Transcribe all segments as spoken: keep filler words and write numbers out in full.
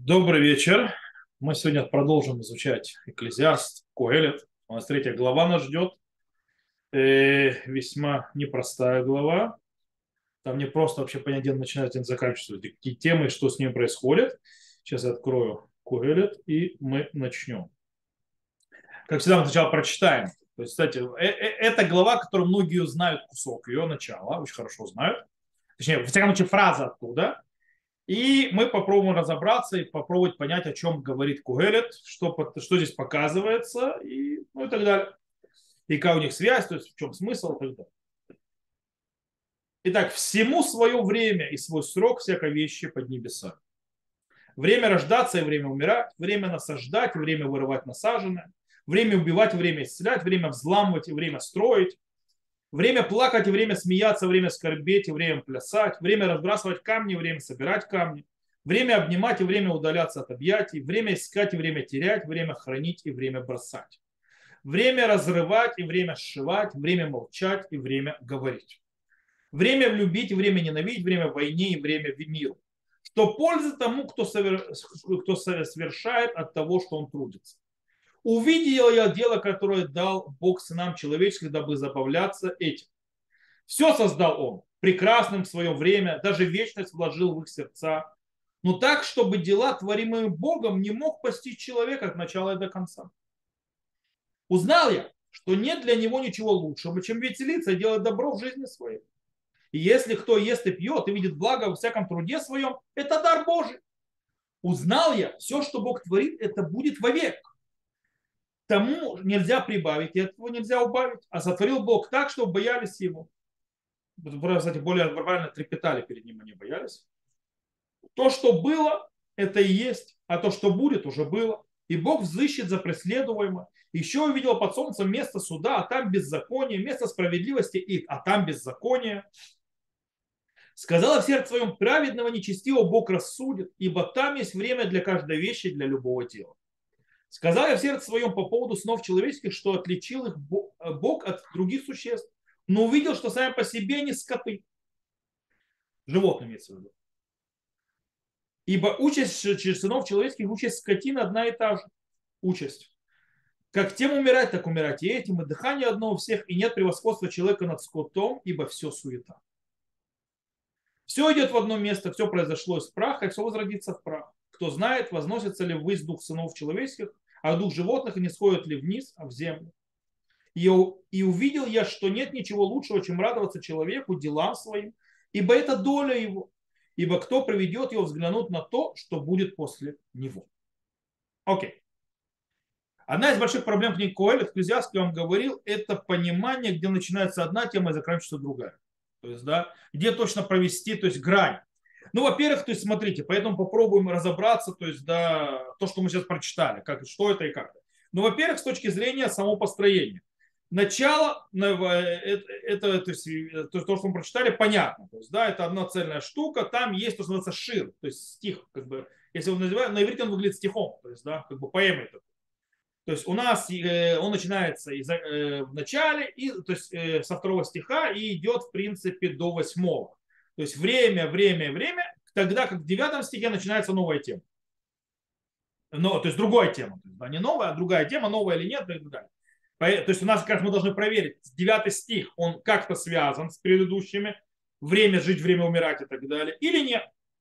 Добрый вечер. Мы сегодня продолжим изучать Экклезиаст, Коэлет. У нас третья глава нас ждет. Э, весьма непростая глава. Там не просто вообще понять, где начинается, где заканчивается, какие темы, что с ними происходит. Сейчас я открою Коэлет и мы начнем. Как всегда, мы сначала прочитаем. То есть, кстати, э- э- это глава, которую многие знают кусок ее начала, очень хорошо знают. Точнее, во всяком случае, фраза оттуда. И мы попробуем разобраться и попробовать понять, о чем говорит Кугелет, что, под- что здесь показывается, и, ну, и так далее. И какая у них связь, то есть в чем смысл и так далее. Итак, всему свое время и свой срок всякой вещи под небесами. Время рождаться и время умирать, время насаждать и время вырывать насаженное, время убивать и время исцелять, время взламывать и время строить, время плакать и время смеяться, время скорбеть и время плясать, время разбрасывать камни и время собирать камни, время обнимать и время удаляться от объятий, время искать и время терять, время хранить и время бросать, время разрывать и время сшивать, время молчать и время говорить, время любить и время ненавидеть, время войне и время в миру. Что польза тому, кто, совер... кто совершает от того, что он трудится. Увидел я дело, которое дал Бог сынам человеческим, дабы забавляться этим. Все создал он, прекрасным в свое время, даже вечность вложил в их сердца. Но так, чтобы дела, творимые Богом, не мог постичь человека от начала и до конца. Узнал я, что нет для него ничего лучшего, чем веселиться и делать добро в жизни своей. И если кто ест и пьет и видит благо во всяком труде своем, это дар Божий. Узнал я, все, что Бог творит, это будет вовек. Тому нельзя прибавить, и этого нельзя убавить. А сотворил Бог так, чтобы боялись его. Кстати, более правильно трепетали перед ним, они боялись. То, что было, это и есть, а то, что будет, уже было. И Бог взыщет за преследуемое. Еще увидел под солнцем место суда, а там беззаконие, место справедливости, и, а там беззаконие. Сказала в сердце своем, праведного нечестивого Бог рассудит, ибо там есть время для каждой вещи, для любого дела. Сказал я в сердце своем по поводу снов человеческих, что отличил их Бог от других существ, но увидел, что сами по себе не скоты. Животные имеется в виду. Ибо участь сынов человеческих, участь скотины одна и та же. Участь. Как тем умирать, так умирать и этим, и дыхание одно у всех, и нет превосходства человека над скотом, ибо все суета. Все идет в одно место, все произошло из праха, и все возродится в прах. Кто знает, возносится ли ввысь дух сынов человеческих, а дух животных не сходит ли вниз, а в землю. И, и увидел я, что нет ничего лучшего, чем радоваться человеку делам своим, ибо это доля его. Ибо кто приведет его взглянуть на то, что будет после него. Окей. Одна из больших проблем книги Коэлет, Экклезиаст, я вам говорил, это понимание, где начинается одна тема и заканчивается другая. То есть, да, где точно провести, то есть грань. Ну, во-первых, то есть, смотрите, поэтому попробуем разобраться, то есть, да, то, что мы сейчас прочитали, как, что это и как. Ну, во-первых, с точки зрения самого построения. Начало, э, это, это то, есть, э, то, что мы прочитали, понятно. То есть, да, это одна цельная штука, там есть то, что называется шир, то есть стих, как бы, если он называют, на иврите он выглядит стихом, то есть, да, как бы поэмой. То есть у нас э, он начинается из, э, в начале, и, то есть э, со второго стиха и идет в принципе до восьмого. То есть время, время, время, тогда как в девятом стихе начинается новая тема. Но, то есть другая тема. То есть, да, не новая, а другая тема, новая или нет, и так далее. То есть у нас как раз мы должны проверить, девятый стих, он как-то связан с предыдущими, время жить, время умирать и так далее, или нет.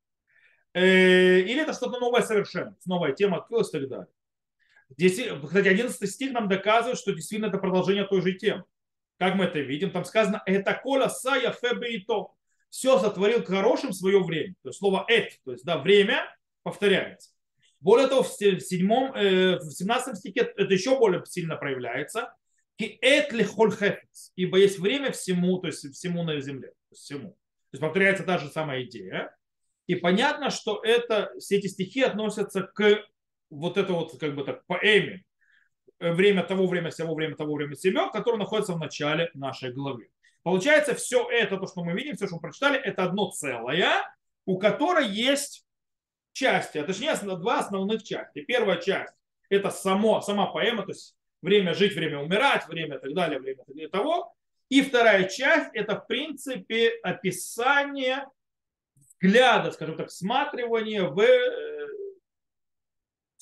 Э, или это что-то новое совершенно, новая тема открылась и так далее. Здесь, кстати, одиннадцатый стих нам доказывает, что действительно это продолжение той же темы. Как мы это видим? Там сказано «Это кола сая фебе и то». Все сотворил к хорошим в свое время. То есть слово «эт», то есть да, время повторяется. Более того, в, седьмом, э, в семнадцатом стихе это еще более сильно проявляется. «Ки эт лихоль хефец», ибо есть время всему, то есть всему на земле. То есть всему. То есть повторяется та же самая идея. И понятно, что это, все эти стихи относятся к вот это вот как бы так поэме, время того, время всего, время того, время себя, которое находится в начале нашей главы. Получается, все это, то, что мы видим, все, что мы прочитали, это одно целое, у которой есть части, а точнее два основных части. Первая часть – это само, сама поэма, то есть время жить, время умирать, время и так далее, время и того. И вторая часть – это, в принципе, описание взгляда, скажем так, всматривание в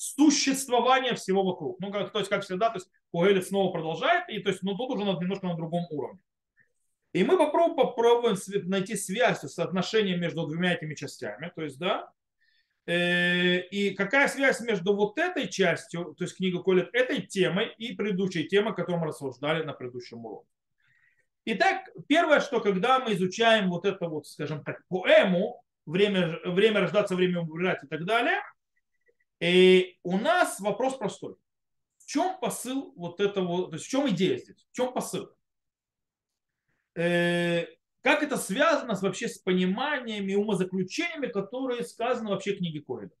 существования всего вокруг. Ну, как, то есть, как всегда, то есть Кугелет снова продолжает, и то есть, ну, тут уже немножко на другом уровне. И мы попробуем, попробуем найти связь, соотношение между двумя этими частями. То есть, да, и какая связь между вот этой частью, то есть книга Колет, этой темой и предыдущей темой, о которой мы рассуждали на предыдущем уроке. Итак, первое, что когда мы изучаем вот это вот, скажем так, поэму, время, время рождаться, время умирать и так далее, и у нас вопрос простой. В чем посыл вот этого, то есть в чем идея здесь, в чем посыл? Как это связано с, вообще с пониманиями, умозаключениями, которые сказаны вообще в книге Коэля?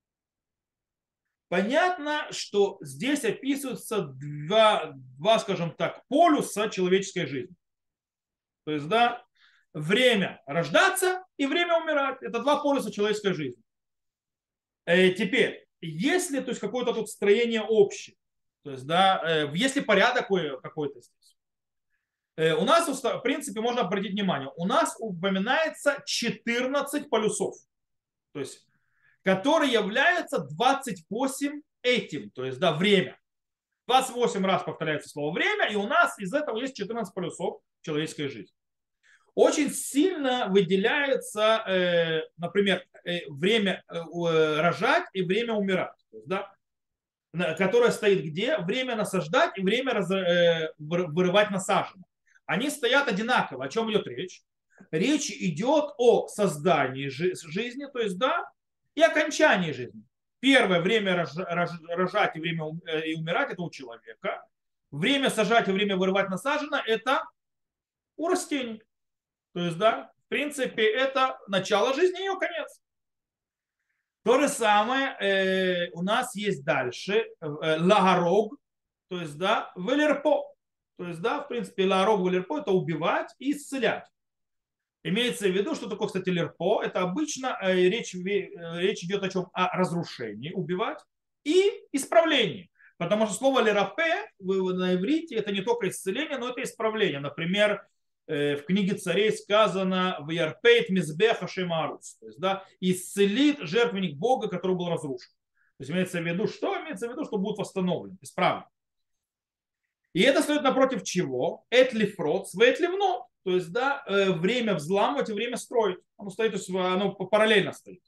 Понятно, что здесь описываются два, два, скажем так, полюса человеческой жизни. То есть, да, время рождаться и время умирать. Это два полюса человеческой жизни. Э, теперь, если то есть, какое-то тут строение общее, то есть, да, э, если порядок какой-то здесь, у нас, в принципе, можно обратить внимание, у нас упоминается четырнадцать полюсов, то есть, которые являются двадцать восемь этим, то есть, да, время. двадцать восемь раз повторяется слово время, и у нас из этого есть четырнадцать полюсов человеческой жизни. Очень сильно выделяется, э, например, э, время э, рожать и время умирать, то есть, да, которое стоит где? Время насаждать и время раз, э, вырывать насаженное. Они стоят одинаково. О чем идет речь? Речь идет о создании жизни, то есть, да, и окончании жизни. Первое время рожать и время и умирать – это у человека. Время сажать и время вырывать насажено – это у растений. То есть, да, в принципе, это начало жизни и ее конец. То же самое э, у нас есть дальше э, лагарог, то есть, да, велерпо. То есть, да, в принципе, лагарог, велерпо – это убивать и исцелять. Имеется в виду, что такое, кстати, лерпо. Это обычно э, речь, э, речь идет о чем? О разрушении, убивать и исправлении. Потому что слово лерапе на иврите это не только исцеление, но это исправление. Например, в книге царей сказано в Ярпейт Мизбеха Шемарус, то есть, да, исцелит жертвенник Бога, который был разрушен. То есть имеется в виду, что имеется в виду, что будет восстановлен, исправлен. И это стоит напротив чего? Этлифрот, светливно, то есть, да, время взламывать и время строить. Оно стоит, то есть, оно параллельно стоит.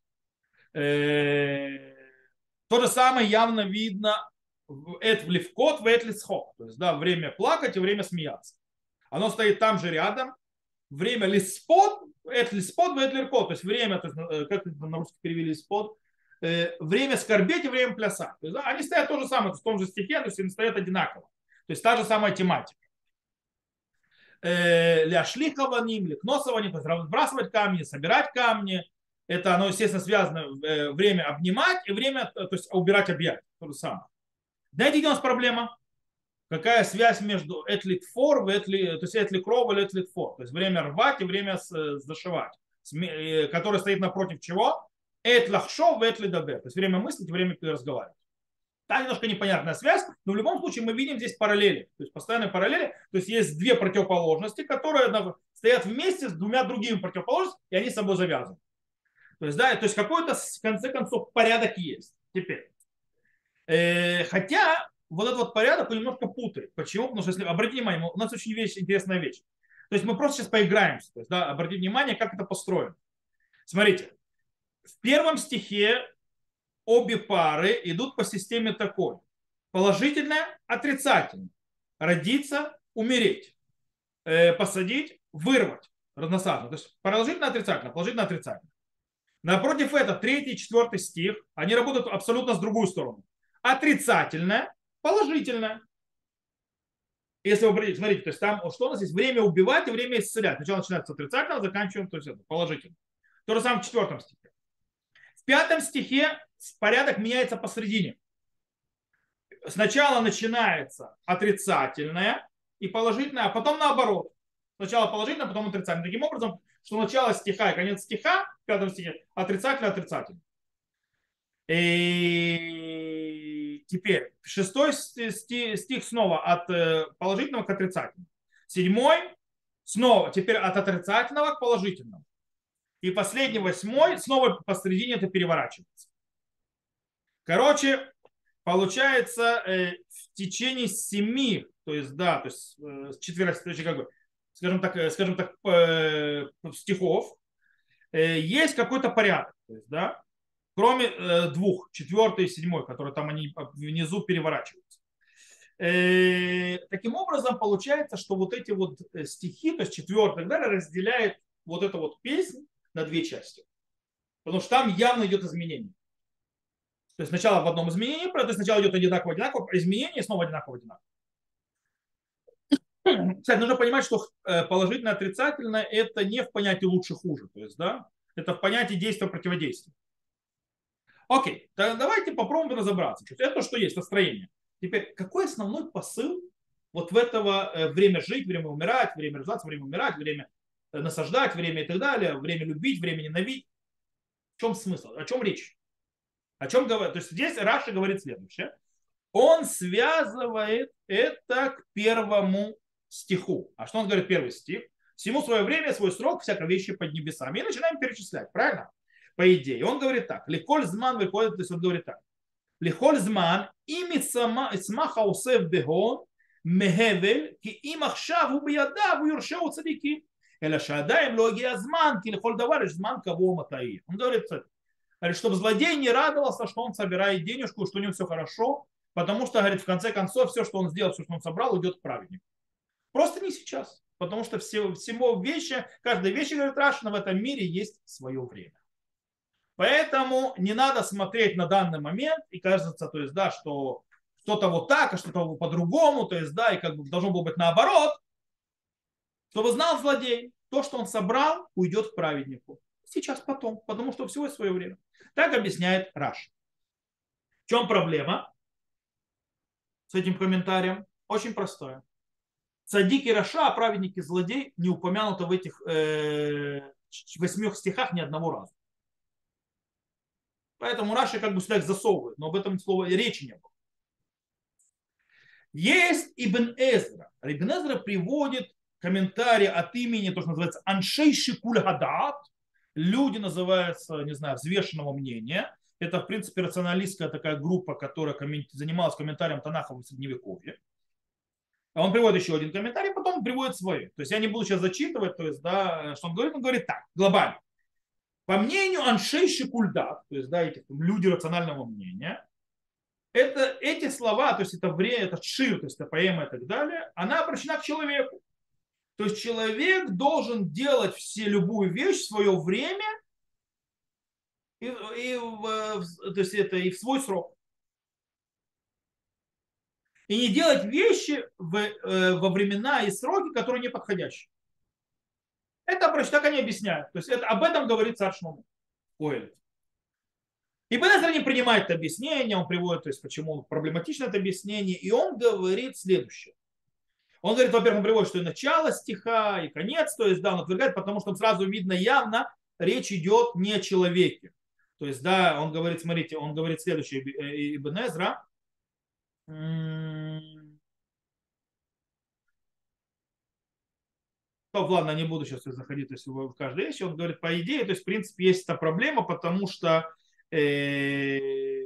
То же самое явно видно в Этлифкот, в Этлисхок, то есть, да, время плакать и время смеяться. Оно стоит там же рядом. Время лиспод, это лиспод, это лиркот. То есть время, то есть, как на русский перевели лиспод, время скорбеть и время плясать. То есть, да, они стоят то же самое, то есть, в том же стихе, то есть они стоят одинаково. То есть та же самая тематика. Ляшлихаваним, ликносаваним, то есть разбрасывать камни, собирать камни. Это оно, естественно, связано время обнимать и время, то есть убирать объект. То же самое. Знаете, где у нас проблема? Какая связь между этлитфор, то есть этликров и этлитфор, то есть время рвать и время зашивать, которое стоит напротив чего? Этлахшов и этлидабер, то есть время мыслить и время разговаривать. Та немножко непонятная связь, но в любом случае мы видим здесь параллели, то есть постоянные параллели, то есть есть две противоположности, которые стоят вместе с двумя другими противоположностями, и они с собой завязаны. То есть, да, то есть какой-то в конце концов порядок есть. Теперь, э, хотя вот этот вот порядок он немножко путает. Почему? Потому что, если обратите внимание, у нас очень вещь, интересная вещь. То есть мы просто сейчас поиграемся. То есть, да, обратите внимание, как это построено. Смотрите, в первом стихе обе пары идут по системе такой. Положительное, отрицательное. Родиться, умереть. Э, посадить, вырвать. Разносаженно. То есть положительно, отрицательно, положительно, отрицательно. Напротив этого, третий и четвертый стих, они работают абсолютно с другую сторону. Отрицательное, положительное. Если вы обратите, смотрите, то есть там что у нас есть? Время убивать и время исцелять. Сначала начинается с отрицательного, заканчиваем, то есть это положительно. То же самое в четвертом стихе. В пятом стихе порядок меняется посредине. Сначала начинается отрицательное и положительное, а потом наоборот. Сначала положительное, а потом отрицательное. Таким образом, что начало стиха и конец стиха в пятом стихе отрицательное, отрицательное. И теперь шестой стих снова от положительного к отрицательному. Седьмой снова теперь от отрицательного к положительному. И последний восьмой снова посередине это переворачивается. Короче, получается, э, в течение семи, то есть, да, то есть, э, четверо, то есть, как бы, скажем так, э, скажем так, э, стихов, э, есть какой-то порядок, то есть, да, кроме э, двух, четвертый и седьмой, которые там они внизу переворачиваются. Э, таким образом, получается, что вот эти вот э, стихи, то есть четвертый и так далее, разделяет вот эту вот песнь на две части. Потому что там явно идет изменение. То есть сначала в одном изменении, то есть сначала идет одинаково, одинаково, изменение и снова одинаково, одинаково. Кстати, нужно понимать, что э, положительно отрицательно это не в понятии лучше-хуже. То есть, да, это в понятии действия-противодействия. Окей, тогда давайте попробуем разобраться. Это что есть, настроение. Теперь, какой основной посыл вот в этого э, время жить, время умирать, время рождаться, время умирать, время э, насаждать, время и так далее, время любить, время ненавидеть? В чем смысл? О чем речь? О чем говорит? То есть здесь Раши говорит следующее. Он связывает это к первому стиху. А что он говорит первый стих? Всему свое время, свой срок, всякой вещи под небесами. И начинаем перечислять, правильно? По идее. Он говорит так. Лихоль зман выходит, то есть он говорит так. Лихоль зман ими смаха усев бегон мегевель ки им ахшав убияда вюршау цадики. Эля шадаем логи азман ки лихоль давар зман кого матаи. Он говорит, чтобы злодей не радовался, что он собирает денежку, что у него все хорошо, потому что, говорит, в конце концов, все, что он сделал, все, что он собрал, уйдет к праведнику. Просто не сейчас. Потому что все, всего вещи, каждой вещи, говорит Рашина, в этом мире есть свое время. Поэтому не надо смотреть на данный момент и кажется, то есть, да, что что-то вот так, а что-то по-другому, то есть, да, и как бы должно было быть наоборот, чтобы знал злодей, то, что он собрал, уйдет к праведнику. Сейчас, потом, потому что всего есть свое время. Так объясняет Раш. В чем проблема с этим комментарием? Очень простое. Цадик и Раша, а праведник и злодей, не упомянуто в этих э, восьмих стихах ни одного раза. Поэтому Раши как бы сюда их засовывает, но об этом слова речи не было. Есть Ибн Эзра. Ибн Эзра приводит комментарий от имени, то, что называется Аншей Шикуль Гадат. Люди называются, не знаю, взвешенного мнения. Это, в принципе, рационалистская такая группа, которая занималась комментарием Танаха в Средневековье. А он приводит еще один комментарий, потом приводит свой. То есть я не буду сейчас зачитывать, то есть, да, что он говорит. Он говорит так, глобально. По мнению Аншей Шикульдат, то есть, да, этих люди рационального мнения, это, эти слова, то есть это время, это шир, то есть это поэма и так далее, она обращена к человеку. То есть человек должен делать все, любую вещь в свое время и, и, в, то есть это и в свой срок. И не делать вещи в, э, во времена и сроки, которые не подходящие. Это так они объясняют. То есть это, об этом говорит царь Шломо. И Бенезер не принимает это объяснение, он приводит, то есть почему проблематично это объяснение, и он говорит следующее. Он говорит, во-первых, он приводит, что и начало стиха, и конец, то есть, да, он отвергает, потому что сразу видно явно, речь идет не о человеке. То есть, да, он говорит, смотрите, он говорит следующее, Ибн Эзра. То, ладно, не буду сейчас заходить то есть, в каждую вещь. Он говорит, по идее, то есть, в принципе, есть эта проблема, потому что э,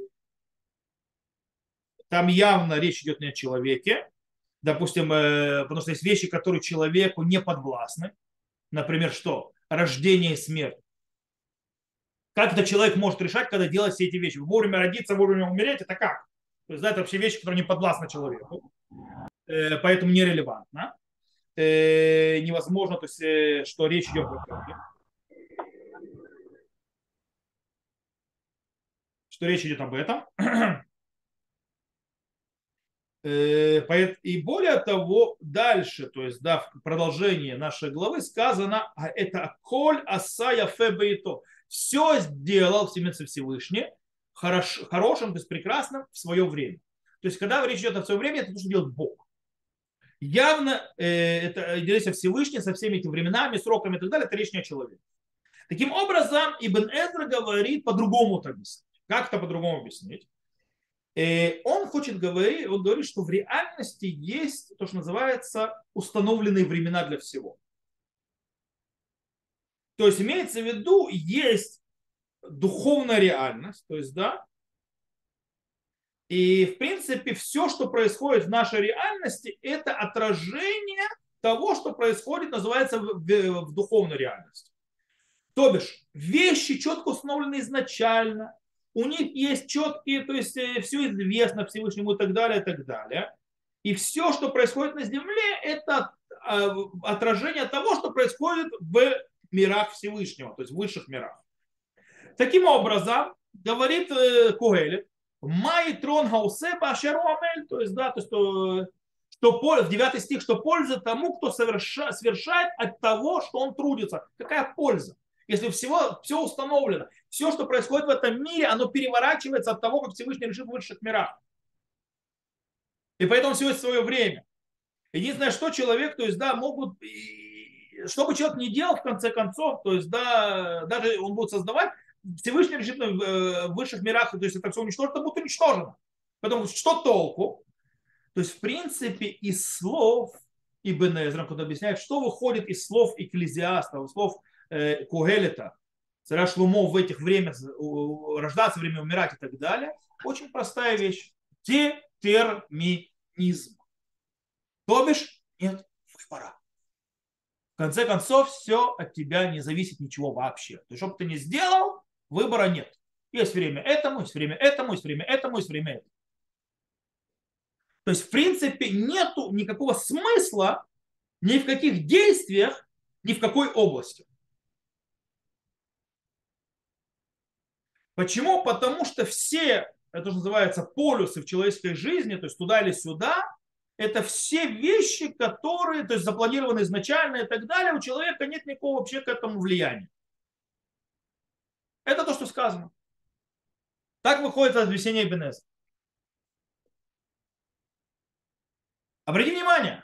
там явно речь идет не о человеке. Допустим, э, потому что есть вещи, которые человеку не подвластны. Например, что? Рождение и смерть. Как это человек может решать, когда делать все эти вещи? Вовремя родиться, вовремя умереть, это как? То есть, да, это вообще вещи, которые не подвластны человеку. Э, поэтому нерелевантно. Э, невозможно, то есть, э, что речь идет об этом. Что речь идет об этом. И более того, дальше, то есть да, в продолжении нашей главы сказано, а это коль асая фебеито. Все сделал Всевышний хорош, хорошим, то есть прекрасным в свое время. То есть когда речь идет о свое время, это то, что делает Бог. Явно э, это речь о Всевышнем со всеми этими временами, сроками и так далее, это речь не о человеке. Таким образом, Ибн Эзра говорит по-другому это объяснить. Как это по-другому объяснить? Он хочет говорить, он говорит, что в реальности есть то, что называется установленные времена для всего. То есть имеется в виду, есть духовная реальность, то есть, да, И, в принципе, все, что происходит в нашей реальности, это отражение того, что происходит, называется, в, в- в духовной реальности. То бишь, вещи четко установлены изначально, у них есть четкие, то есть все известно Всевышнему и так далее, и так далее. И все, что происходит на Земле, это а, отражение того, что происходит в мирах Всевышнего, то есть в высших мирах. Таким образом, говорит э, Кугелет, Май трон хаусеба ашеру амель, то есть, да, то есть, что, что, в девятый стих, что польза тому, кто соверша, совершает от того, что он трудится. Какая польза? Если всего, все установлено, все, что происходит в этом мире, оно переворачивается от того, как Всевышний решит в высших мирах. И поэтому все есть свое время. Единственное, что человек, то есть, да, могут, что бы человек ни делал, в конце концов, то есть, да, даже он будет создавать, Всевышний решит в высших мирах, то есть это все уничтожено, это будет уничтожено. Поэтому что толку? То есть, в принципе, из слов Ибн Эзра, когда объясняет, что выходит из слов Экклезиаста, из слов э, Кугелета, царя Шлумо в этих время рождаться, время умирать и так далее, очень простая вещь. Детерминизм. То бишь, нет выбора. В конце концов, все от тебя не зависит ничего вообще. То есть, что бы ты ни сделал, выбора нет. Есть время этому, есть время этому, есть время этому, есть время этому. То есть, в принципе, нету никакого смысла ни в каких действиях, ни в какой области. Почему? Потому что все, это же называется полюсы в человеческой жизни, то есть туда или сюда, это все вещи, которые, то есть запланированы изначально и так далее, у человека нет никакого вообще к этому влияния. Это то, что сказано. Так выходит из объяснения Ибн Эзра. Обрати внимание,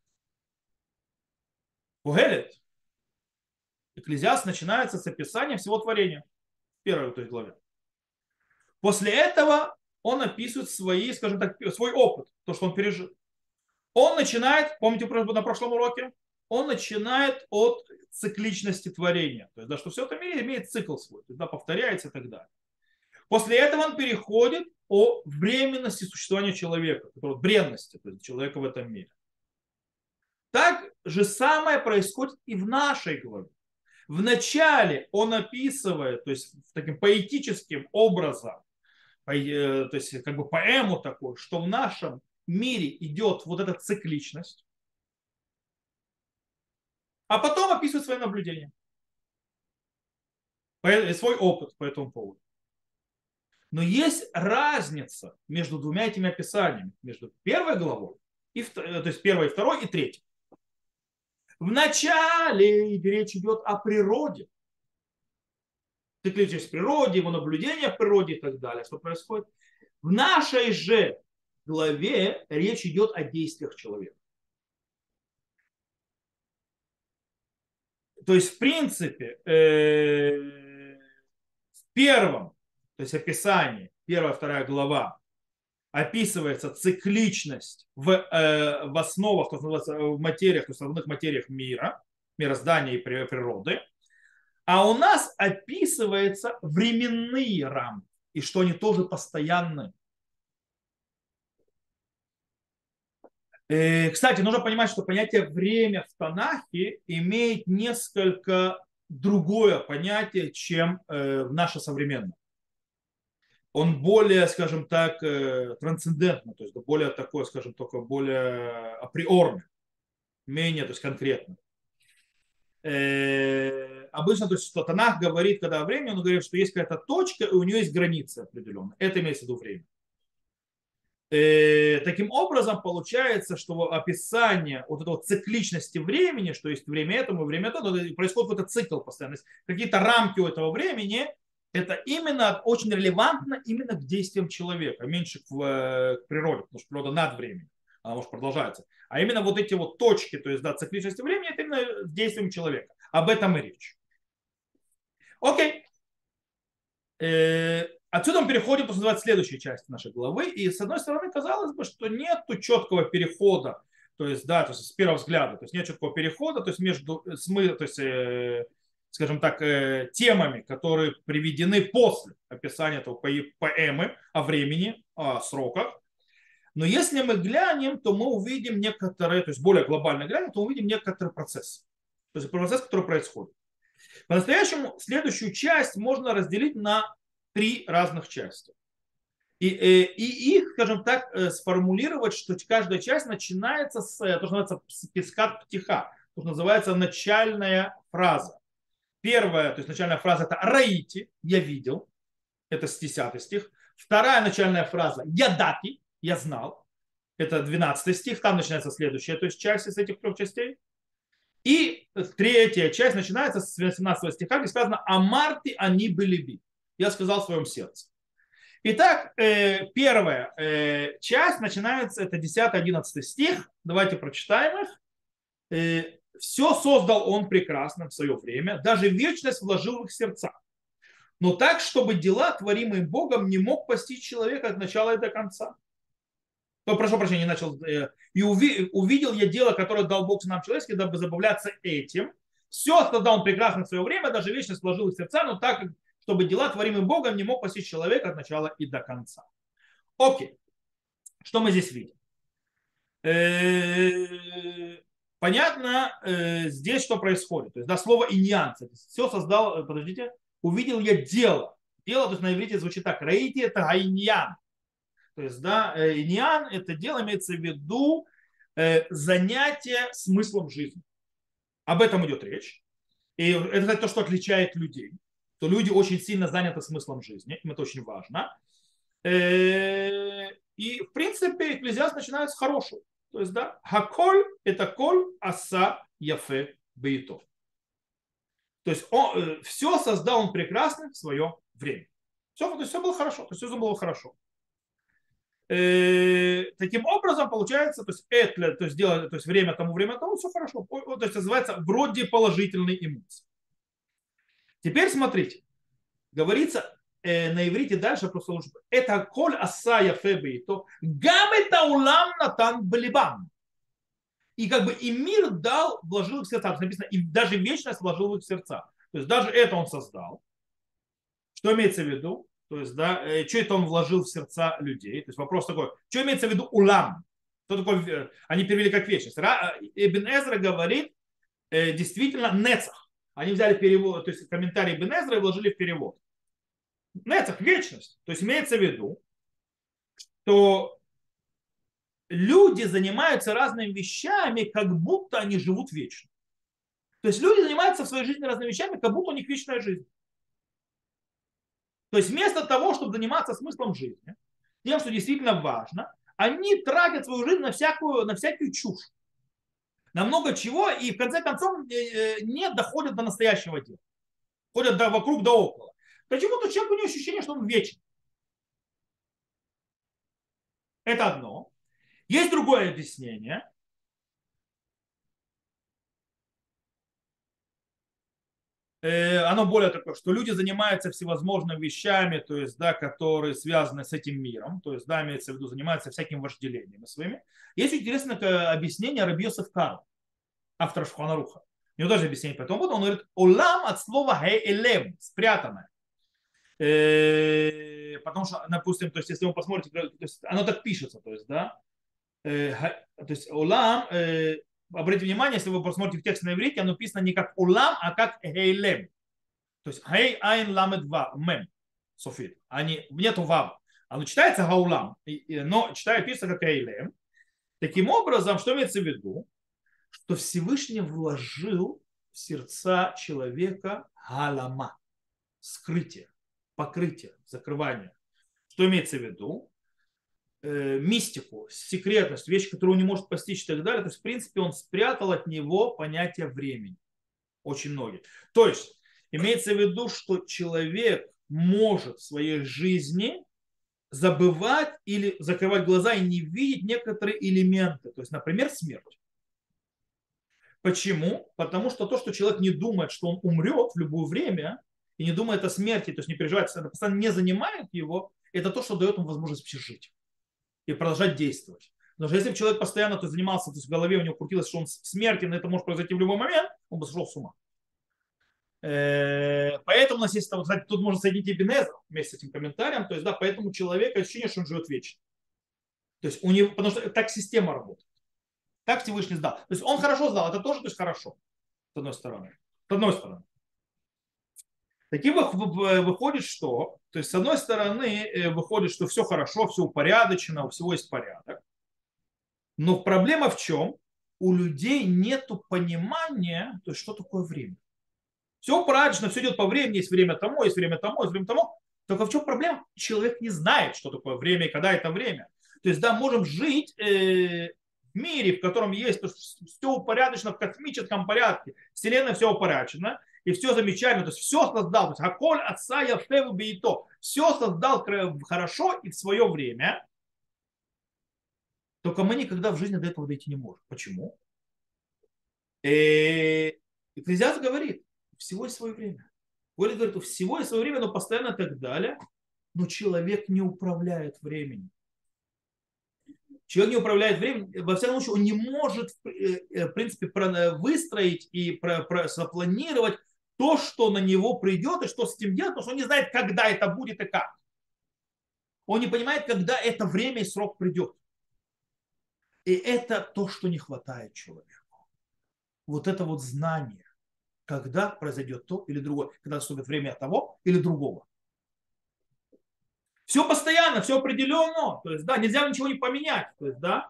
Кугелет, Экклезиаст начинается с описания всего творения в первой то есть, главе. После этого он описывает свои, скажем так, свой опыт, то, что он пережил. Он начинает, помните на прошлом уроке, он начинает от цикличности творения. То есть, да, что все это мире имеет цикл свой, то есть, да, повторяется и так далее. После этого он переходит о временности существования человека, бренности то есть, человека в этом мире. Так же самое происходит и в нашей главе. Вначале он описывает, то есть таким поэтическим образом, то есть как бы поэму такую, что в нашем мире идет вот эта цикличность, а потом описывает свои наблюдения, свой опыт по этому поводу. Но есть разница между двумя этими описаниями, между первой главой, и, то есть первой, второй и третьей. В начале речь идет о природе. Цикличность в природе, его наблюдения в природе и так далее. Что происходит? В нашей же главе речь идет о действиях человека. То есть, в принципе, в первом, то есть описании, первая, вторая глава, описывается цикличность в, э, в основах, то есть в материях, то есть в основных материях мира, мироздания и природы. А у нас описываются временные рамки, и что они тоже постоянны. Э, кстати, нужно понимать, что понятие время в Танахе имеет несколько другое понятие, чем э, наше современное. Он более, скажем так, трансцендентный, то есть более такой, скажем, только более априорный, менее, то есть конкретно. Э, обычно, то есть, что Танах говорит, когда о времени, он говорит, что есть какая-то точка, и у нее есть границы определенные. Это имеется в виду время. Э, таким образом, получается, что описание вот этого цикличности времени, что есть время этому, время тому, происходит вот этот цикл постоянно. Какие-то рамки у этого времени, это именно очень релевантно именно к действиям человека, меньше к, к природе, потому что природа над временем, она может продолжаться. А именно вот эти вот точки, то есть да, цикличности времени, это именно действием человека. Об этом и речь. Окей. Э, отсюда мы переходим, то, что называется, следующей части нашей главы. И с одной стороны, казалось бы, что нет четкого перехода, то есть, да, то есть с первого взгляда, то есть нет четкого перехода, то есть между смы, то есть, э, скажем так, э, темами, которые приведены после описания этого поэмы о времени, о сроках. Но если мы глянем, то мы увидим некоторые, то есть более глобально глянем, то увидим некоторый процесс. То есть процесс, который происходит. По-настоящему следующую часть можно разделить на три разных части. И, и, и их, скажем так, сформулировать, что каждая часть начинается с, то, что называется пискат птиха, то, что называется начальная фраза. Первая, то есть начальная фраза это «раити», «я видел», это десятый стих. Вторая начальная фраза «ядати», «я знал», это двенадцатый стих, там начинается следующая, то есть часть из этих трех частей. И третья часть начинается с восемнадцатого стиха, где сказано «амарти они были би», «я сказал в своем сердце». Итак, э, первая э, часть начинается, это десятый-одиннадцатый стих. Давайте прочитаем их. Э, «Все создал он прекрасно в свое время, даже вечность вложил в их сердца. Но так, чтобы дела, творимые Богом, не мог постичь человека от начала и до конца». То, прошу прощения, не начал. Э, «И уви, увидел я дело, которое дал Бог нам человеческий, дабы забавляться этим. Все создал он прекрасно в свое время, даже вечность вложил в их сердца, но так, чтобы дела, творимые Богом, не мог постичь человека от начала и до конца». Окей. Что мы здесь видим? Понятно здесь, что происходит. То есть, да, слово иньян. Все создал, подождите, увидел я дело. Дело, то есть на иврите звучит так. Раити это гайньян. То есть, да, иньян это дело имеется в виду занятие смыслом жизни. Об этом идет речь. И это, кстати, то, что отличает людей. То люди очень сильно заняты смыслом жизни. Им это очень важно. И, в принципе, Экклезиаст начинает с хорошего. То есть, да, хаколь – это коль аса яфе бейтов. То есть, он, все создал он прекрасно в свое время. Все, то есть, все было хорошо. То есть, все было хорошо. Таким образом, получается, то есть, это, то есть, дело, то есть, время тому, время тому, все хорошо. То есть, называется вроде положительной эмоции. Теперь смотрите. Говорится э, на иврите дальше просто лучше. Это коль асая фебе то гам это улам натан блибам. И как бы и мир дал, вложил в сердца. Написано, и даже вечность вложил в их сердца. То есть даже это он создал. Что имеется в виду? То есть, да, э, что это он вложил в сердца людей? То есть вопрос такой, что имеется в виду улам? Что такое? Они перевели как вечность. Ибн Эзра говорит э, действительно нецах. Они взяли перевод, то есть комментарий Ибн Эзра и вложили в перевод. Нецах, вечность. То есть имеется в виду, что люди занимаются разными вещами, как будто они живут вечно. То есть люди занимаются в своей жизни разными вещами, как будто у них вечная жизнь. То есть вместо того, чтобы заниматься смыслом жизни, тем, что действительно важно, они тратят свою жизнь на всякую, на всякую чушь. На много чего, и в конце концов не доходят до настоящего дела. Ходят до, вокруг да около. Почему-то человек, у него ощущение, что он вечен. Это одно. Есть другое объяснение. Оно более такое, что люди занимаются всевозможными вещами, то есть, да, которые связаны с этим миром, то есть, да, имеется в виду, занимаются всякими вожделениями своими. Есть интересное объяснение Раби Йосеф Каро, автор Шулхан Аруха. У него тоже объяснение по этому поводу. Он говорит, олам от слова хеэлем, спрятанное. Потому что, допустим, то есть, если вы посмотрите, то есть, оно так пишется, то есть, да, то есть, олам, обратите внимание, если вы посмотрите в текст на иврите, оно написано не как улам, а как хейлем. То есть хей айн ламед вав, мем, софит. Они, нету вав. Оно читается гаулам, но читаю, пишется как хейлем. Таким образом, что имеется в виду? Что Всевышний вложил в сердца человека галама, скрытие, покрытие, закрывание. Что имеется в виду? Мистику, секретность, вещи, которую он не может постичь и так далее. То есть, в принципе, он спрятал от него понятие времени. Очень многие. То есть, имеется в виду, что человек может в своей жизни забывать или закрывать глаза и не видеть некоторые элементы. То есть, например, смерть. Почему? Потому что то, что человек не думает, что он умрет в любое время, и не думает о смерти, то есть не переживает, это постоянно не занимает его, это то, что дает ему возможность вообще жить и продолжать действовать. Потому что если бы человек постоянно то занимался, то есть в голове у него крутилось, что он смертен, это может произойти в любой момент, он бы сошел с ума. Э, Поэтому у нас есть, вот, кстати, тут можно соединить Ибн Эзра вместе с этим комментарием. То есть, да, поэтому человек ощущение, что он живет вечно. То есть у него, потому что так система работает. Так Всевышний сдал. То есть он хорошо сдал, это тоже то есть хорошо, с одной стороны. С одной стороны. Таким выходит, что, то есть с одной стороны э, выходит, что все хорошо, все упорядочено, у всего есть порядок. Но проблема в чем? У людей нет понимания, то есть что такое время. Все упорядочено, все идет по времени, есть время тому, есть время тому, есть время тому. Только в чем проблема? Человек не знает, что такое время и когда это время. То есть, да, можем жить э, в мире, в котором есть все упорядочено в космическом порядке. Вселенная все упорядочено, и все замечательно. То есть все создал. То есть, Аколь отца Яфеву Бейто. Все создал хорошо и в свое время. Только мы никогда в жизни до этого дойти не можем. Почему? Э, Экклезиаст говорит, всего есть свое время. Голи говорит, у всего есть свое время, но постоянно и так далее. Но человек не управляет временем. Человек не управляет временем. Во всяком случае, он не может, в принципе, выстроить и запланировать то, что на него придет и что с этим делать, потому что он не знает, когда это будет и как. Он не понимает, когда это время и срок придет. И это то, что не хватает человеку. Вот это вот знание, когда произойдет то или другое, когда наступит время того или другого. Все постоянно, все определенно. То есть, да, нельзя ничего не поменять. То есть, да.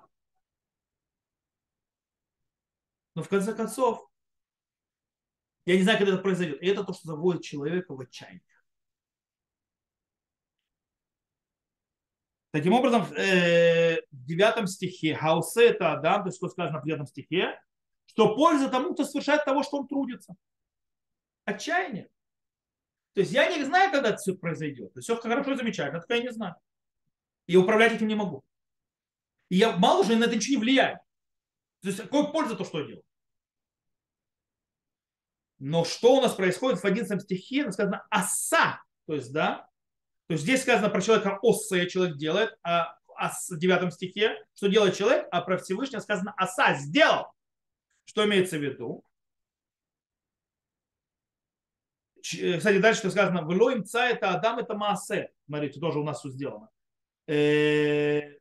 Но в конце концов, я не знаю, когда это произойдет. И это то, что заводит человека в отчаяние. Таким образом, э, в девятом стихе, Хаусе это Адам, то есть, что сказано в девятом стихе, что польза тому, кто совершает того, что он трудится. Отчаяние. То есть я не знаю, когда это все произойдет. То есть все хорошо и замечательно, только я не знаю. И управлять этим не могу. И я мало уже на это ничего не влияю. То есть какой польза то, что я делаю? Но что у нас происходит в одиннадцатом стихе? Сказано оса. То есть, да, то есть здесь сказано про человека осе, человек делает, а в девятом стихе, что делает человек, а про Всевышнего сказано оса, сделал. Что имеется в виду? Кстати, дальше что сказано, в Лоим ца это Адам, это Маасе. Смотрите, тоже у нас все сделано. Э,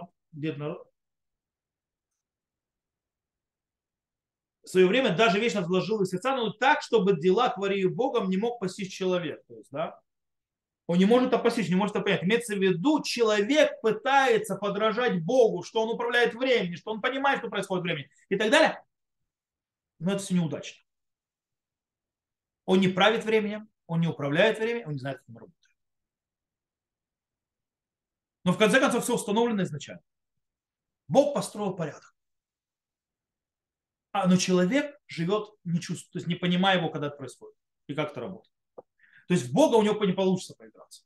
в свое время даже вечно вложил в сердца, но так, чтобы дела, творию Богом, не мог постичь человек. То есть, да, он не может это постичь, не может это понять. Имеется в виду, человек пытается подражать Богу, что он управляет временем, что он понимает, что происходит в времени и так далее. Но это все неудачно. Он не правит временем, он не управляет временем, он не знает, как он работает. Но в конце концов все установлено изначально. Бог построил порядок. А, но человек живет, не чувствует, то есть не понимая его, когда это происходит и как это работает. То есть в Бога у него не получится поиграться.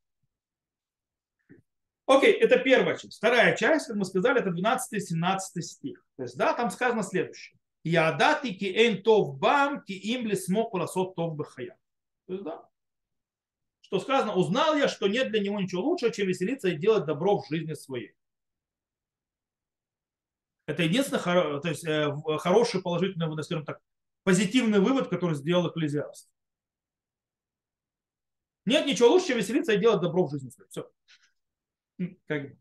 Окей, это первая часть. Вторая часть, как мы сказали, это двенадцатый-семнадцатый стих. То есть, да, там сказано следующее. Ядати ки эн тов бам ки имли смог ласот тов бхая. То есть, да, что сказано, узнал я, что нет для него ничего лучше, чем веселиться и делать добро в жизни своей. Это единственный то есть, хороший, положительный, скажем так, позитивный вывод, который сделал Экклезиаст. Нет ничего лучше, чем веселиться и делать добро в жизни своей. Все. Как бы.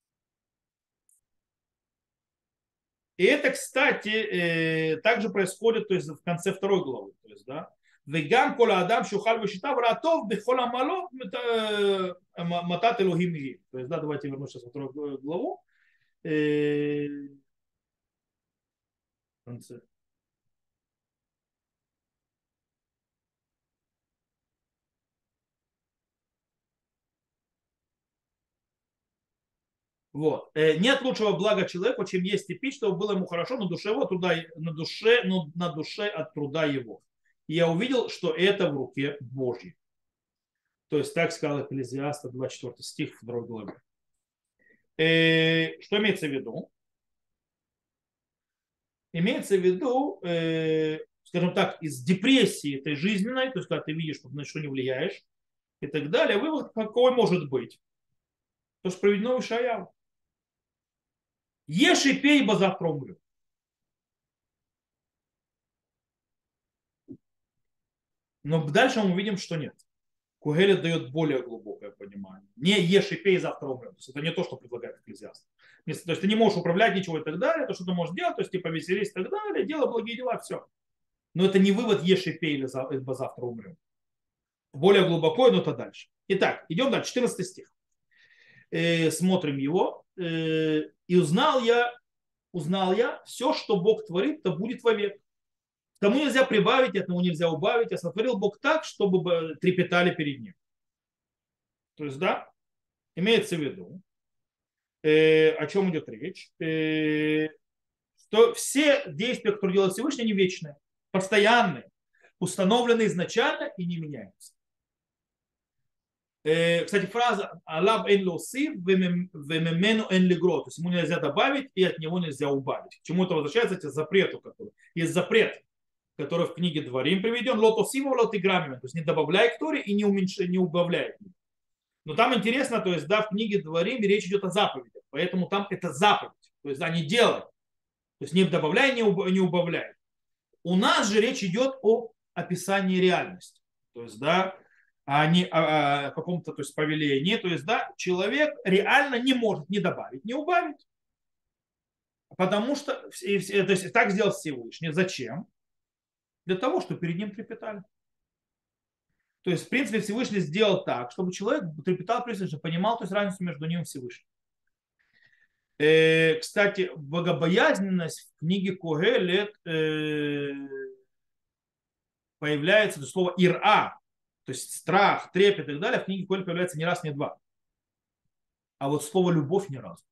И это, кстати, также происходит то есть, в конце второй главы. То есть, да, וגם כל האדם שאוכל ושיטה ורעתו בכל עמלו מתת אלוהים יהיה. То есть, да, давайте вернусь сейчас во вторую главу. В конце. Вот. Нет лучшего блага человеку, чем есть и пить, чтобы было ему хорошо на душе его, труда, на душе, ну, на душе от труда его. И я увидел, что это в руке Божьей. То есть так сказал Экклезиаста, двадцать четвёртый стих в второй главе. Э, что имеется в виду? Имеется в виду, э, скажем так, из депрессии этой жизненной, то есть когда ты видишь, что на что не влияешь и так далее, вывод какой может быть? То, что проведено в Ишаяу. Ешь и пей, ибо завтра умрет. Но дальше мы увидим, что нет. Кугелет дает более глубокое понимание. Не ешь и пей, завтра умрем. То есть это не то, что предлагает экклезиаст. То есть ты не можешь управлять ничего и так далее, то, что ты можешь делать, то есть типа веселись и так далее, делай благие дела, все. Но это не вывод ешь и пей, или завтра умрем. Более глубоко, но это дальше. Итак, идем дальше, четырнадцатый стих. Э, смотрим его. Э, и узнал я, узнал я, все, что Бог творит, то будет вовек. Тому нельзя прибавить, этому нельзя убавить, а сотворил Бог так, чтобы трепетали перед ним. То есть, да, имеется в виду, э, о чем идет речь, э, что все действия, которые делает Всевышний, они вечные, постоянные, установлены изначально и не меняются. Э, кстати, фраза «Алаб эн лосив, вемемену эн лигро», то есть ему нельзя добавить и от него нельзя убавить. К чему это возвращается, эти запреты, которые есть запрет, который в книге Дворим приведен, лотосиму лотиграмме, то есть не добавляй к Торе и не, уменьшай, не убавляй. Но там интересно, то есть, да, в книге Дворим речь идет о заповедях, поэтому там это заповедь, то есть, да, не делай, то есть не добавляй, не убавляй. У нас же речь идет о описании реальности, то есть, да, а не о, о каком-то, то есть, повелении, то есть, да, человек реально не может ни добавить, ни убавить, потому что, то есть, так сделал Всевышний. Зачем? Для того, чтобы перед ним трепетали. То есть, в принципе, Всевышний сделал так, чтобы человек трепетал, прежде всего, понимал, то есть, разницу между ним и Всевышним. Э, кстати, богобоязненность в книге Когелет э, появляется, то слово ира, то есть страх, трепет и так далее, в книге Когелет появляется не раз, не два. А вот слово любовь ни разу.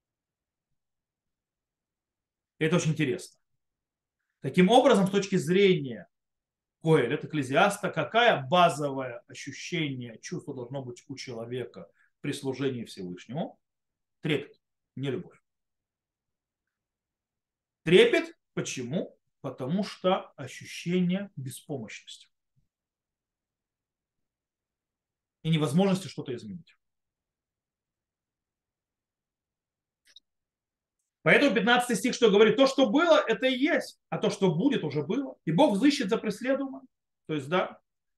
Это очень интересно. Таким образом, с точки зрения Когелет, экклезиаста, какая базовое ощущение, чувство должно быть у человека при служении Всевышнему? Трепет, не любовь. Трепет. Почему? Потому что ощущение беспомощности и невозможности что-то изменить. Поэтому пятнадцатый стих, что говорит, то, что было, это и есть, а то, что будет, уже было. И Бог взыщет за преследуемым. То есть, да,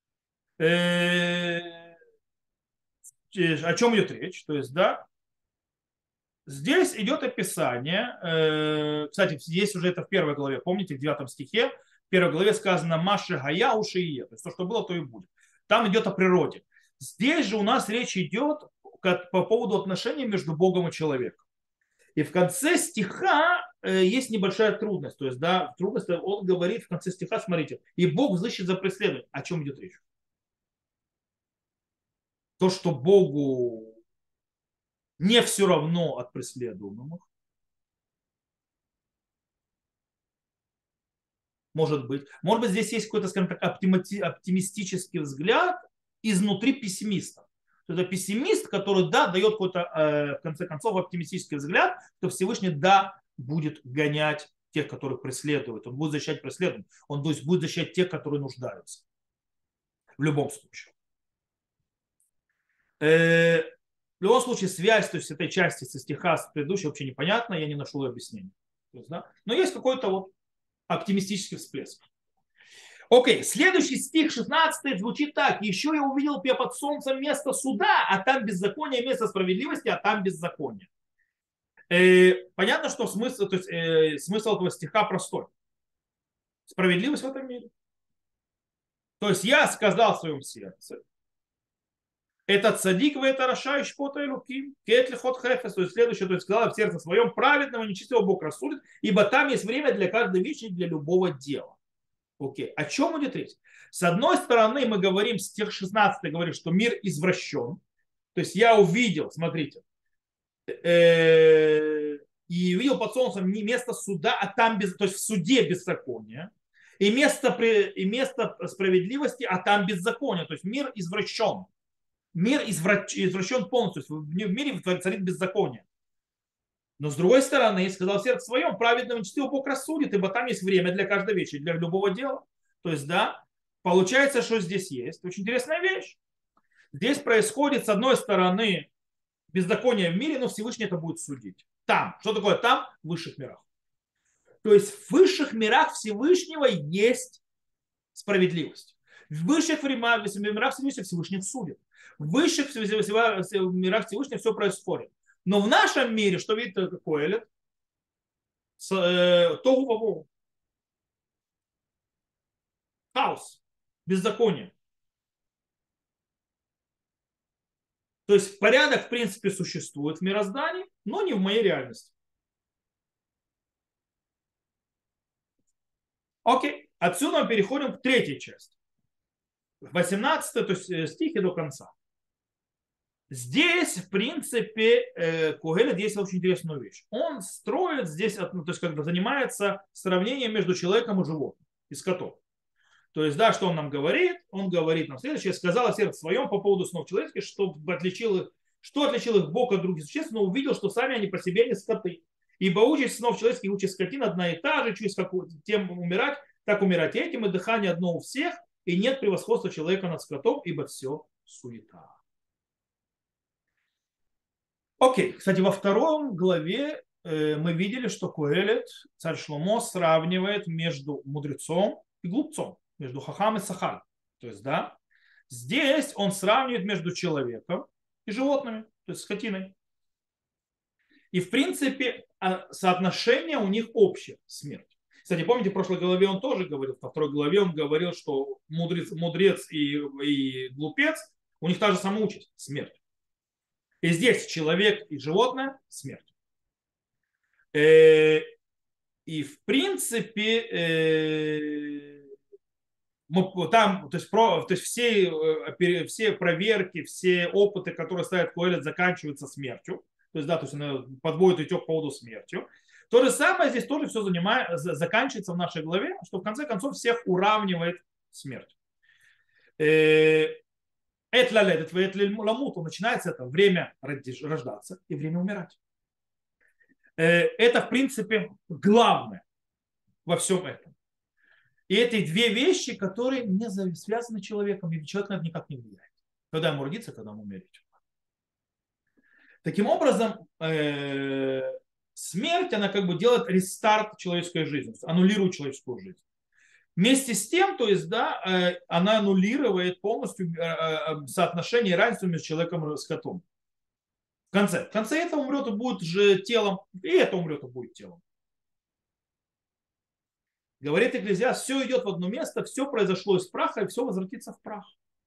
э, о чем идет речь? То есть, да, здесь идет описание, э, кстати, здесь уже это в первой главе, помните, в девятом стихе, в первой главе сказано «Маши гая уши и е», то есть то, что было, то и будет. Там идет о природе. Здесь же у нас речь идет по поводу отношений между Богом и человеком. И в конце стиха э, есть небольшая трудность. То есть, да, трудность, он говорит в конце стиха, смотрите, и Бог взыщет за преследование. О чем идет речь? То, что Богу не все равно от преследуемых, может быть. Может быть, здесь есть какой-то, скажем так, оптимистический взгляд изнутри пессимиста. Это пессимист, который, да, дает какой-то, э, в конце концов, оптимистический взгляд, что Всевышний, да, будет гонять тех, которых преследуют. Он будет защищать преследуемых. Он будет защищать тех, которые нуждаются. В любом случае. Э, в любом случае, связь, то есть этой части со стиха с предыдущей вообще непонятна, я не нашел объяснения. То есть, да? Но есть какой-то вот оптимистический всплеск. Окей, следующий стих шестнадцатый звучит так. Еще я увидел под солнцем место суда, а там беззаконие, место справедливости, а там беззаконие. Э, понятно, что смысл, то есть, э, смысл этого стиха простой. Справедливость в этом мире. То есть я сказал в своем сердце, этот садик в это рашающий пота и руки, кетли ход хефес, то есть следующее, то есть сказал в сердце своем, праведного нечистого Бог рассудит, ибо там есть время для каждой вещи, для любого дела. Окей. О чем идет речь? С одной стороны, мы говорим, стих шестнадцатый говорит, что мир извращен. То есть я увидел, смотрите, э, и видел под солнцем не место суда, а там, без, то есть в суде беззакония, и место, и место справедливости, а там беззаконие. То есть мир извращен. Мир извращен полностью. В мире царит беззаконие. Но с другой стороны, сказал в сердце своем, праведного нечестивого Бог рассудит, ибо там есть время для каждой вещи, для любого дела. То есть, да, получается, что здесь есть. Очень интересная вещь. Здесь происходит, с одной стороны, беззаконие в мире, но Всевышний это будет судить. Там. Что такое там? В высших мирах. То есть в высших мирах Всевышнего есть справедливость. В В высших временах, в мирах Всевышнего Всевышний судит. В высших мирах Всевышнего все происходит. Но в нашем мире, что видит Коэлет, тогу-вову, хаос, беззаконие. То есть порядок, в принципе, существует в мироздании, но не в моей реальности. Окей. Отсюда мы переходим к третьей части. восемнадцатый, то есть стихи до конца. Здесь, в принципе, Когелет есть очень интересную вещь. Он строит здесь, ну, то есть как бы занимается сравнением между человеком и животным, и скотом. То есть, да, что он нам говорит? Он говорит нам следующее. Сказал о сердце своем по поводу снов человеческих, что отличил их, что отличил их Бог от других существ, но увидел, что сами они по себе не скоты. Ибо участь снов человеческих, участь скотин одна и та же, чуть как тем умирать, так умирать этим, и дыхание одно у всех, и нет превосходства человека над скотом, ибо все суета. Окей, кстати, во втором главе э, мы видели, что Коэлет, царь Шломо, сравнивает между мудрецом и глупцом, между хахам и сахаль. То есть, да, здесь он сравнивает между человеком и животными, то есть скотиной. И, в принципе, соотношение у них общее – смерть. Кстати, помните, в прошлой главе он тоже говорил, во второй главе он говорил, что мудрец, мудрец и, и глупец, у них та же самая участь – смерть. И здесь человек и животное – смерть. И в принципе там, то есть, про, то есть все, все проверки, все опыты, которые ставят Коэлет, заканчиваются смертью. То есть, да, то есть он подводит итог по поводу смертью. То же самое здесь тоже все занимает, заканчивается в нашей главе, что в конце концов всех уравнивает смерть. Начинается это время рождаться и время умирать. Это, в принципе, главное во всем этом. И это две вещи, которые не связаны с человеком, и человек на это никак не влияет. Когда ему родиться, когда ему умереть. Таким образом, смерть, она как бы делает рестарт человеческой жизни, аннулирует человеческую жизнь. Вместе с тем, то есть, да, она аннулирует полностью соотношение и разницу между человеком и скотом. В конце. В конце это умрет и будет же телом, и это умрет и будет телом. Говорит Экклезиаст, все идет в одно место, все произошло из праха, и все возвратится в прах.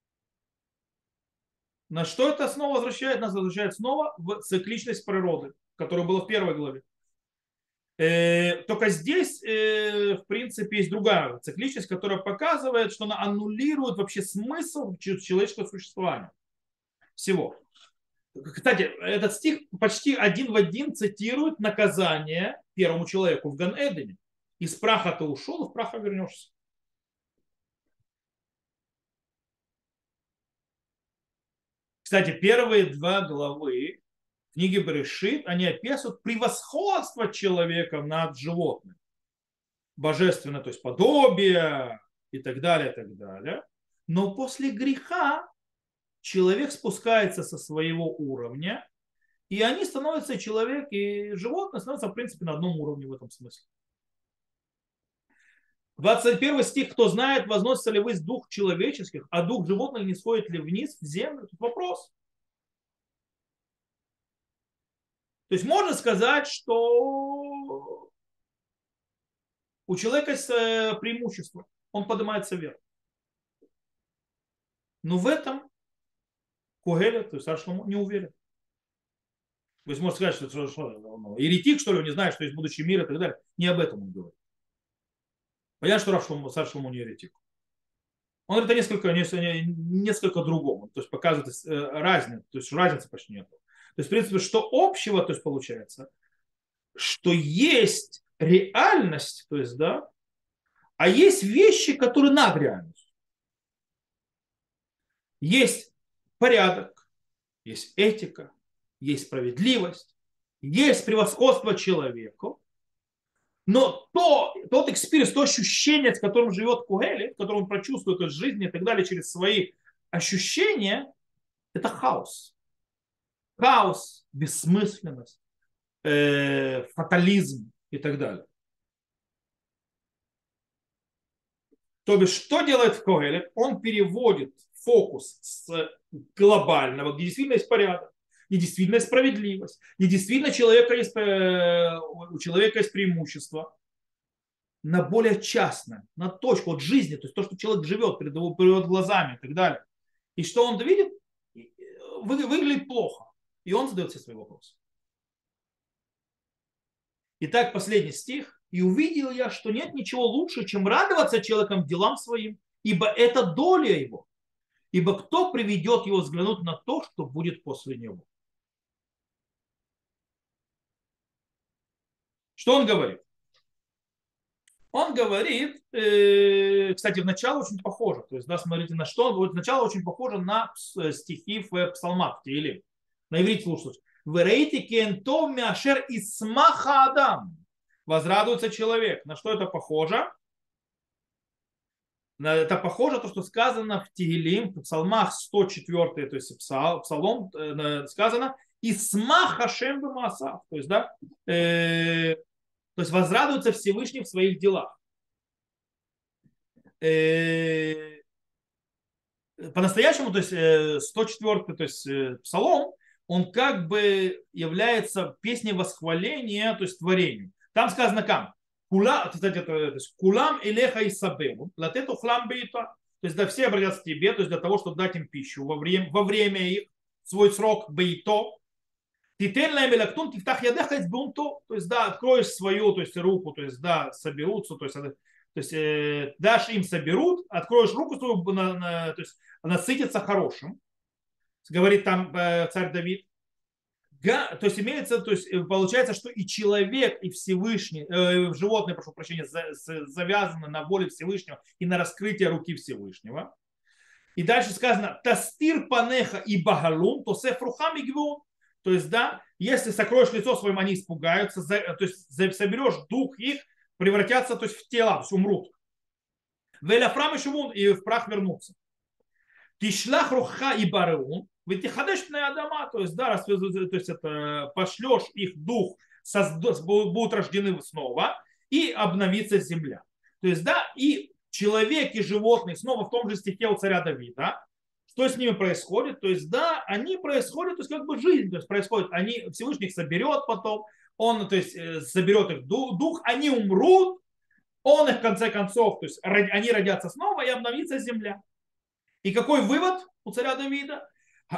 На что это снова возвращает? Нас возвращает снова в цикличность природы, которая была в первой главе. Только здесь, в принципе, есть другая цикличность, которая показывает, что она аннулирует вообще смысл человеческого существования. Всего. Кстати, этот стих почти один в один цитирует наказание первому человеку в Ган-Эдене. Из праха ты ушел, и в праха вернешься. Кстати, первые два главы книги Берешит, они описывают превосходство человека над животным. Божественное, то есть подобие и так далее, и так далее. Но после греха человек спускается со своего уровня, и они становятся, человек и животное становятся, в принципе, на одном уровне в этом смысле. двадцать первый стих. Кто знает, возносится ли ввысь дух человеческих, а дух животных не сходит ли вниз в землю? Тут вопрос. То есть можно сказать, что у человека есть преимущество. Он поднимается вверх. Но в этом Когелет, то есть царь Шломо, не уверен. То есть можно сказать, что, что, что ну, еретик, что ли, он не знает, что есть будущий мир и так далее. Не об этом он говорит. Понятно, что Рав Шломо, царь Шломо не еретик. Он говорит о несколько, несколько другом. То есть показывает разницу. То есть разницы почти нет. То есть, в принципе, что общего, то есть получается, что есть реальность, то есть, да, а есть вещи, которые над реальностью. Есть порядок, есть этика, есть справедливость, есть превосходство человека. Но то, тот экспириенс, то ощущение, с которым живет Когелет, которое он прочувствует из жизни и так далее, через свои ощущения, это хаос. Хаос, бессмысленность, э, фатализм и так далее. То бишь, что делает Когелет? Он переводит фокус с глобального, где действительно есть порядок, где действительно есть справедливость, где действительно человека есть, э, у человека есть преимущество, на более частное, на точку от жизни, то есть то, что человек живет перед его, перед его глазами и так далее. И что он видит, вы, выглядит плохо. И он задает все свои вопросы. Итак, последний стих. «И увидел я, что нет ничего лучше, чем радоваться человеком делам своим, ибо это доля его. Ибо кто приведет его взглянуть на то, что будет после него?» Что он говорит? Он говорит, э, кстати, в начало очень похоже. То есть, да, смотрите, на что он говорит. Начало очень похоже на стихи в псалмах, или на иврите слушать. «Верейте кентов мяшер исмаха адам». Возрадуется человек. На что это похоже? Это похоже на то, что сказано в Тегилим, в псалмах сто четыре, то есть псал, псалом сказано «Исмах Хашем б'маасав». То есть, да, э, то есть возрадуется Всевышний в своих делах. Э, по-настоящему, то есть э, сто четыре, то есть э, псалом, он как бы является песней восхваления, то есть творению. Там сказано как? Кула, кстати, это, то есть, кулам элеха и саберу, латету хлам бейта. То есть, да, все обратятся к тебе, то есть для того, чтобы дать им пищу во время, во время их, свой срок бейто. Титен лаем элактун тифтах ядеха избунто. То есть, да, откроешь свою, то есть, руку, то есть, да, соберутся, то есть, то есть э, дашь им соберут, откроешь руку свою, на, на, то есть, насытиться хорошим. Говорит там э, царь Давид. То есть имеется, то есть получается, что и человек, и Всевышний, э, животное, прошу прощения, за, завязаны на воле Всевышнего и на раскрытие руки Всевышнего. И дальше сказано, тастир панеха и багалун, то сефрухам и гвун. То есть, да, если сокроешь лицо своим, они испугаются, за, то есть соберешь дух их, превратятся, то есть в тела, то есть умрут. Веляфрам и шумун, и в прах вернутся. Тишлах руха и бареун, ведь ты ходишь на Адама, то есть, да, то есть это пошлешь их дух, созд... будут рождены снова, и обновится земля. То есть, да, и человек, и животные, снова в том же стихе у царя Давида, что с ними происходит? То есть, да, они происходят, то есть, как бы жизнь, то есть, происходит, они, Всевышний их соберет потом, он, то есть, соберет их дух, они умрут, он их, в конце концов, то есть, они родятся снова, и обновится земля. И какой вывод у царя Давида?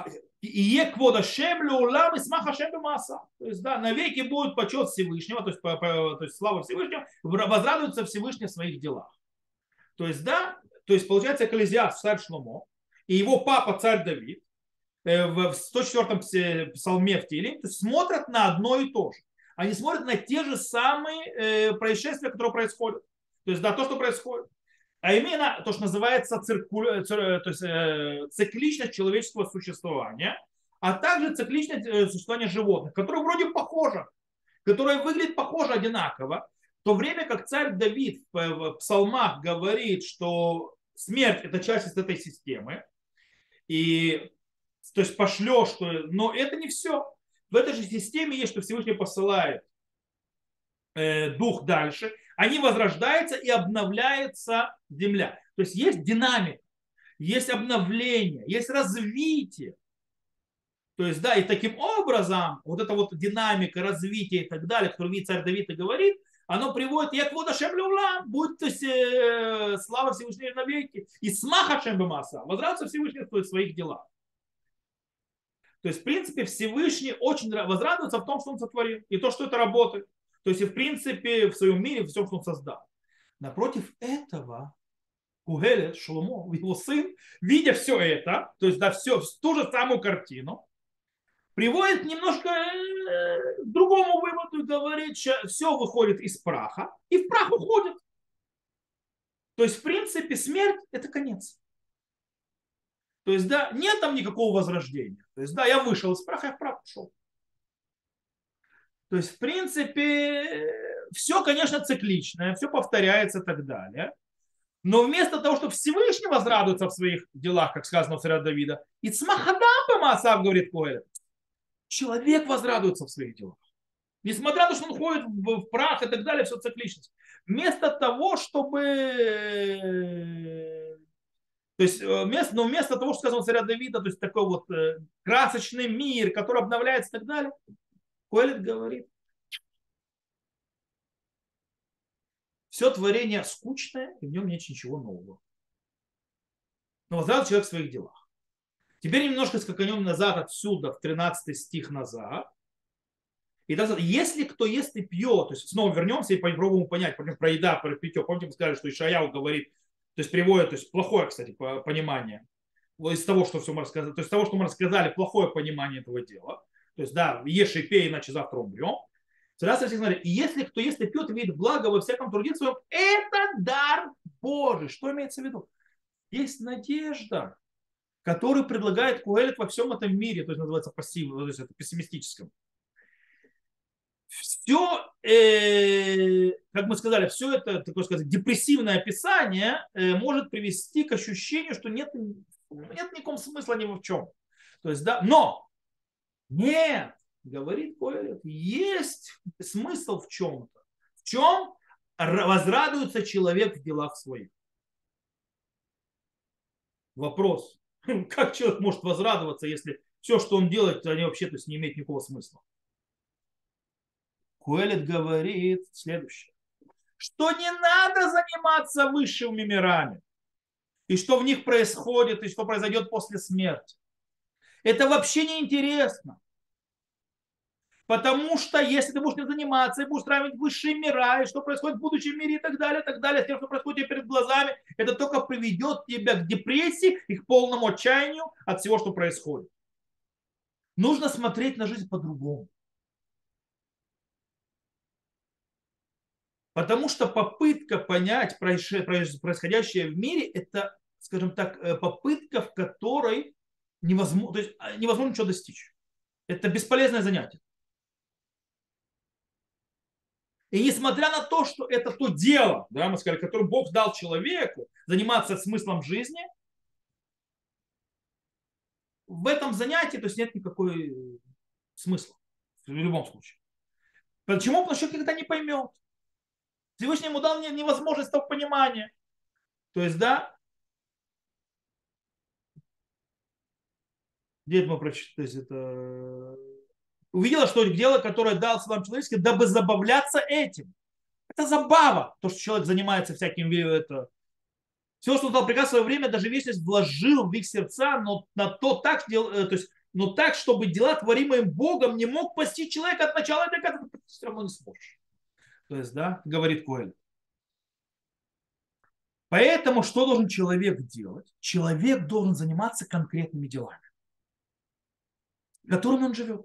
И квода шемлю улам и смаха шемлю масса. То есть, да, навеки будет почет Всевышнего, то есть, по, по, то есть слава Всевышнего, возрадуется Всевышний в своих делах. То есть, да, то есть получается Экклезиаст, царь Шломо, и его папа, царь Давид, в сто четвёртом псалме в Тилим, смотрят на одно и то же. Они смотрят на те же самые происшествия, которые происходят. То есть, да, то, что происходит. А именно то, что называется цирку... то есть, э, цикличность человеческого существования, а также цикличность существования животных, которые вроде похожи, которые выглядят похоже одинаково, в то время как царь Давид в псалмах говорит, что смерть – это часть этой системы, и то есть пошлешь, что... но это не все. В этой же системе есть, что Всевышний посылает э, дух дальше, они возрождаются и обновляется земля. То есть есть динамика, есть обновление, есть развитие. То есть, да, и таким образом вот эта вот динамика, развитие и так далее, которую видит царь Давид и говорит, оно приводит, як вода шемлюлам, будет, то есть, э, слава Всевышнего навеки, и смаха шембемаса, возрадуется Всевышний в своих делах. То есть, в принципе, Всевышний очень возрадуется в том, что он сотворил, и то, что это работает. То есть, и в принципе, в своем мире, в всем, что он создал. Напротив этого, Кугелет, Шломо, его сын, видя все это, то есть, да, все, ту же самую картину, приводит немножко к другому выводу, говорит, что все выходит из праха, и в прах уходит. То есть, в принципе, смерть – это конец. То есть, да, нет там никакого возрождения. То есть, да, я вышел из праха, я в прах ушел. То есть, в принципе, все, конечно, цикличное, все повторяется и так далее. Но вместо того, чтобы Всевышний возрадуется в своих делах, как сказано у царя Давида, и цмахадам Маасав, говорит Коэлет, человек возрадуется в своих делах. Несмотря на то, что он ходит в, в прах и так далее, все цикличность. Вместо того, чтобы... э, То есть э, вместо, но вместо того, что сказал царя Давида, то есть такой вот э, красочный мир, который обновляется и так далее, Коэлет говорит, все творение скучное, и в нем нет ничего нового. Но возврат человек в своих делах. Теперь немножко скаканем назад отсюда, в тринадцатый стих назад. И даже если кто ест и пьет, то есть снова вернемся и попробуем понять, про еда, про питье. Помните, мы сказали, что Ишаяу говорит, то есть приводит, то есть плохое, кстати, понимание из того, что все мы рассказали, то есть того, что мы рассказали, плохое понимание этого дела. То есть, да, ешь и пей, иначе завтра умрем. Раз всех смотри, и если кто ест и пьет, видит благо во всяком труде своем, это дар Божий. Что имеется в виду? Есть надежда, которую предлагает Куэлет во всем этом мире, то есть называется пассивно, то есть это пессимистическом. Все, э, как мы сказали, все это, такое сказать, депрессивное описание э, может привести к ощущению, что нет, нет никакого смысла ни в чем. То есть, да, но нет, говорит Коэлет, есть смысл в чем-то. В чем возрадуется человек в делах своих? Вопрос. Как человек может возрадоваться, если все, что он делает, они вообще то есть, не имеют никакого смысла? Коэлет говорит следующее. Что не надо заниматься высшими мирами. И что в них происходит, и что произойдет после смерти. Это вообще не интересно. Потому что если ты будешь не заниматься и будешь устраивать высшие мира, и что происходит в будущем мире и так далее, и так далее, тем, что происходит перед глазами, это только приведет тебя к депрессии и к полному отчаянию от всего, что происходит. Нужно смотреть на жизнь по-другому. Потому что попытка понять происходящее в мире, это, скажем так, попытка, в которой невозможно, то есть невозможно ничего достичь. Это бесполезное занятие. И несмотря на то, что это то дело, да, мы сказали, которое Бог дал человеку, заниматься смыслом жизни, в этом занятии то есть нет никакой смысла в любом случае. Почему? Потому что человек никогда не поймет. Всевышний ему дал невозможность того понимания. То есть, да, где это мы прочитали? То есть это увидела, что дело, которое дал вам человеческий, дабы забавляться этим. Это забава, то, что человек занимается всяким это. Все, что он дал приказ в свое время, даже вечность вложил в их сердца, но на то так, то есть, но так, чтобы дела, творимые Богом, не мог постичь человека от начала до конца, ты все равно не сможешь. То есть, да, говорит Коэль. Поэтому что должен человек делать? Человек должен заниматься конкретными делами, которыми он живет.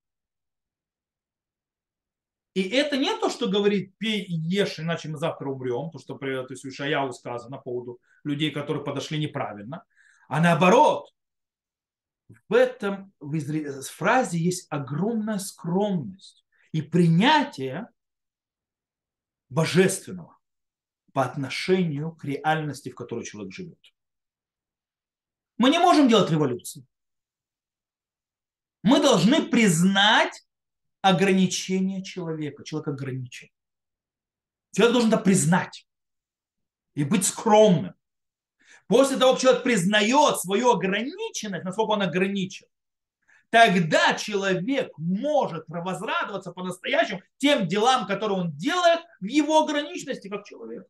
И это не то, что говорит, пей и ешь, иначе мы завтра умрем, то, что то есть, у Ишаяу сказано по поводу людей, которые подошли неправильно, а наоборот, в этом в фразе есть огромная скромность и принятие божественного по отношению к реальности, в которой человек живет. Мы не можем делать революцию. Мы должны признать ограничение человека. Человек ограничен. Человек должен это признать и быть скромным. После того, как человек признает свою ограниченность, насколько он ограничен, тогда человек может возрадоваться по-настоящему тем делам, которые он делает в его ограниченности как человек.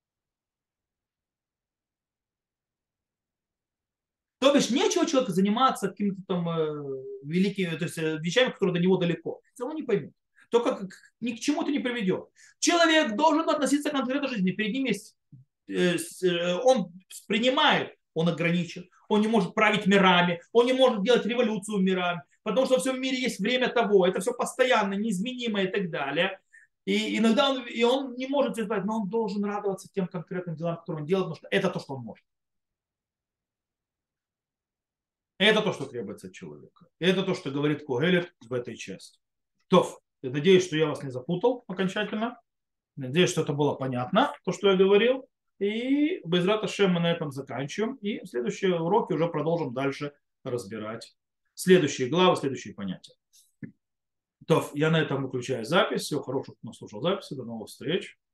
То бишь, нечего человеку заниматься какими-то там э, великими, то есть э, вещами, которые до него далеко. Все равно не поймет. Только ни к чему это не приведет. Человек должен относиться к конкретной жизни. Перед ним есть, э, э, он принимает, он ограничен, он не может править мирами, он не может делать революцию мирами, потому что во всем мире есть время того, это все постоянно, неизменимо и так далее. И иногда он, и он не может избавить, но он должен радоваться тем конкретным делам, которые он делает, потому что это то, что он может. Это то, что требуется от человека. Это то, что говорит Когелет в этой части. То, я надеюсь, что я вас не запутал окончательно. Надеюсь, что это было понятно, то, что я говорил. И Безрат Ашем мы на этом заканчиваем. И в следующие уроки уже продолжим дальше разбирать следующие главы, следующие понятия. То, я на этом выключаю запись. Всего хорошего, кто слушал записи. До новых встреч.